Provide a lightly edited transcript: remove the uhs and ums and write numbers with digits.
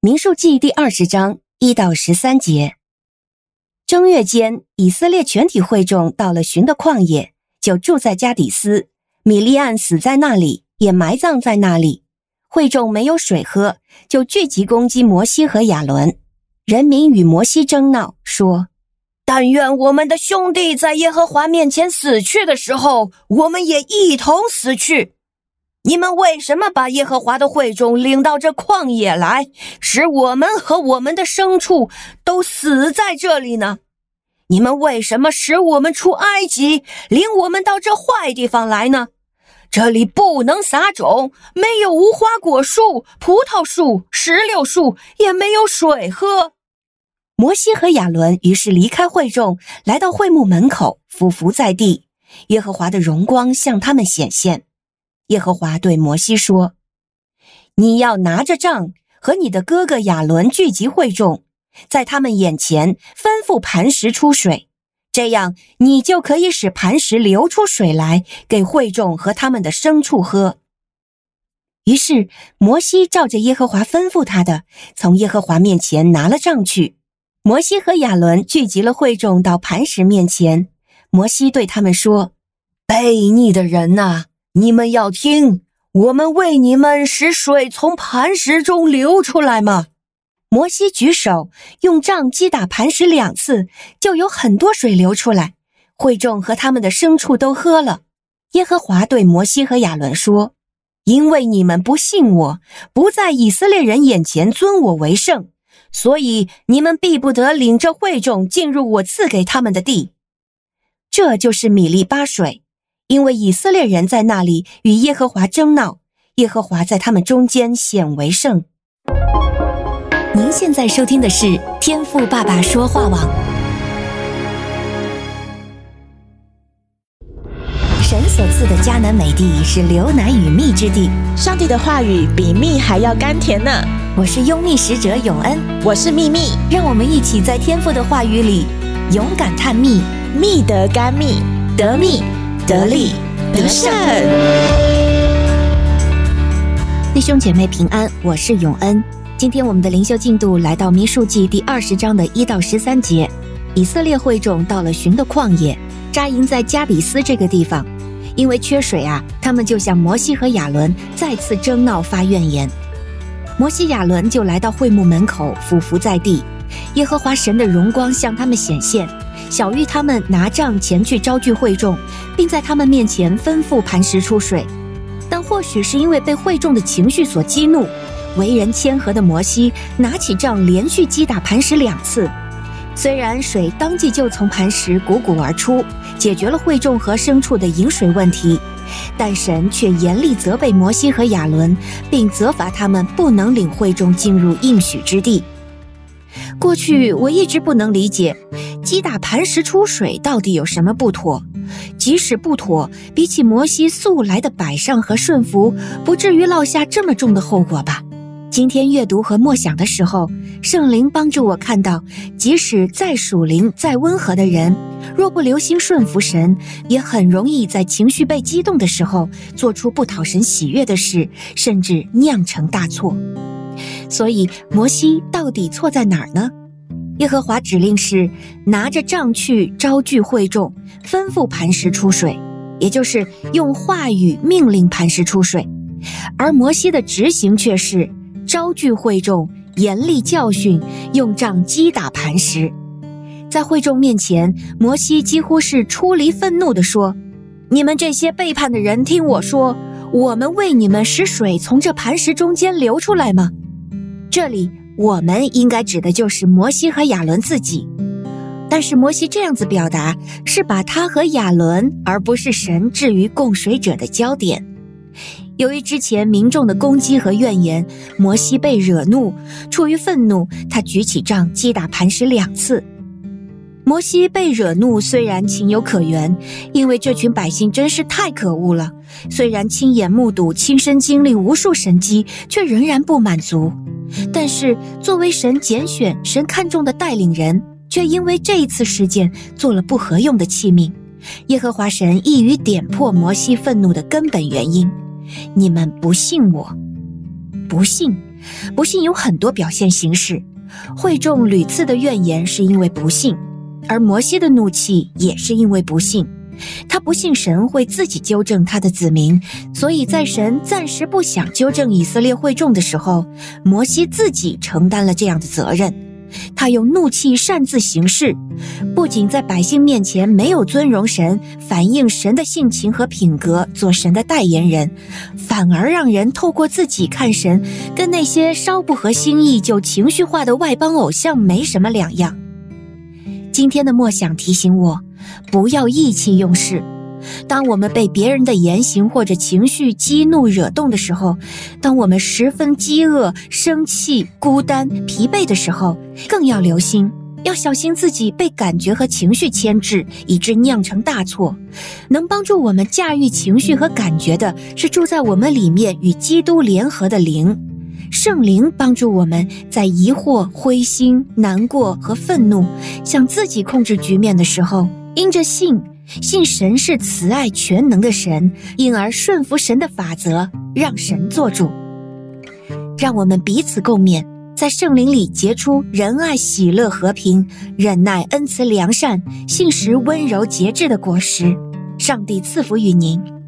民数记第20章1到13节。正月间，以色列全体会众到了寻的旷野，就住在加底斯。米利暗死在那里，也埋葬在那里。会众没有水喝，就聚集攻击摩西和亚伦。人民与摩西争闹，说：但愿我们的兄弟在耶和华面前死去的时候，我们也一同死去。你们为什么把耶和华的会众领到这旷野来，使我们和我们的牲畜都死在这里呢？你们为什么使我们出埃及，领我们到这坏地方来呢？这里不能撒种，没有无花果树、葡萄树、石榴树，也没有水喝。摩西和亚伦于是离开会众，来到会幕门口，俯伏在地。耶和华的荣光向他们显现。耶和华对摩西说：你要拿着杖，和你的哥哥亚伦聚集会众，在他们眼前吩咐磐石出水，这样你就可以使磐石流出水来，给会众和他们的牲畜喝。于是摩西照着耶和华吩咐他的，从耶和华面前拿了杖去。摩西和亚伦聚集了会众到磐石面前。摩西对他们说：悖逆的人啊，你们要听，我们为你们使水从磐石中流出来吗？摩西举手，用杖击打磐石2次，就有很多水流出来，会众和他们的牲畜都喝了。耶和华对摩西和亚伦说：因为你们不信我，不在以色列人眼前尊我为圣，所以你们必不得领着会众进入我赐给他们的地。这就是米利巴水，因为以色列人在那里与耶和华争闹，耶和华在他们中间显为圣。您现在收听的是天父爸爸说话网。神所赐的迦南美地是流奶与蜜之地， 上帝的话语比蜜还要甘甜呢。 我是拥蜜使者永恩， 我是蜜蜜， 让我们一起在天父的话语里勇敢探蜜， 蜜得甘蜜， 得蜜得利得胜。弟兄姐妹平安，我是永恩。今天我们的灵修进度来到民数记第20章的1到13节。以色列会众到了寻的旷野，扎营在加底斯这个地方。因为缺水啊，他们就向摩西和亚伦再次争闹发怨言。摩西亚伦就来到会幕门口，俯伏在地。耶和华神的荣光向他们显现，晓谕他们拿杖前去招聚会众，并在他们面前吩咐磐石出水。但或许是因为被会众的情绪所激怒，为人谦和的摩西拿起杖连续击打磐石2次。虽然水当即就从磐石汩汩而出，解决了会众和牲畜的饮水问题，但神却严厉责备摩西和亚伦，并责罚他们不能领会众进入应许之地。过去我一直不能理解，击打磐石出水到底有什么不妥？即使不妥，比起摩西素来的摆上和顺服，不至于落下这么重的后果吧。今天阅读和默想的时候，圣灵帮助我看到，即使再属灵再温和的人，若不留心顺服神，也很容易在情绪被激动的时候做出不讨神喜悦的事，甚至酿成大错。所以摩西到底错在哪儿呢？耶和华指令是拿着杖去招聚会众，吩咐磐石出水，也就是用话语命令磐石出水。而摩西的执行却是招聚会众，严厉教训，用杖击打磐石。在会众面前，摩西几乎是出离愤怒地说：你们这些背叛的人，听我说，我们为你们使水从这磐石中间流出来吗？这里我们应该指的就是摩西和亚伦自己，但是摩西这样子表达，是把他和亚伦而不是神置于供水者的焦点。由于之前民众的攻击和怨言，摩西被惹怒，出于愤怒，他举起杖击打磐石2次。摩西被惹怒虽然情有可原，因为这群百姓真是太可恶了，虽然亲眼目睹亲身经历无数神迹，却仍然不满足。但是作为神拣选神看中的带领人，却因为这一次事件做了不合用的器皿。耶和华神一语点破摩西愤怒的根本原因：你们不信我。不信不信有很多表现形式，会众屡次的怨言是因为不信，而摩西的怒气也是因为不信。他不信神会自己纠正他的子民，所以在神暂时不想纠正以色列会众的时候，摩西自己承担了这样的责任。他用怒气擅自行事，不仅在百姓面前没有尊荣神，反映神的性情和品格，做神的代言人，反而让人透过自己看神，跟那些稍不合心意就情绪化的外邦偶像没什么两样。今天的默想提醒我，不要意气用事。当我们被别人的言行或者情绪激怒惹动的时候，当我们十分饥饿、生气、孤单、疲惫的时候，更要留心，要小心自己被感觉和情绪牵制，以致酿成大错。能帮助我们驾驭情绪和感觉的是住在我们里面与基督联合的灵。圣灵帮助我们在疑惑、灰心、难过和愤怒想自己控制局面的时候，因着信神是慈爱全能的神，因而顺服神的法则，让神做主。让我们彼此共勉，在圣灵里结出仁爱、喜乐、和平、忍耐、恩慈、良善、信实、温柔、节制的果实。上帝赐福于您。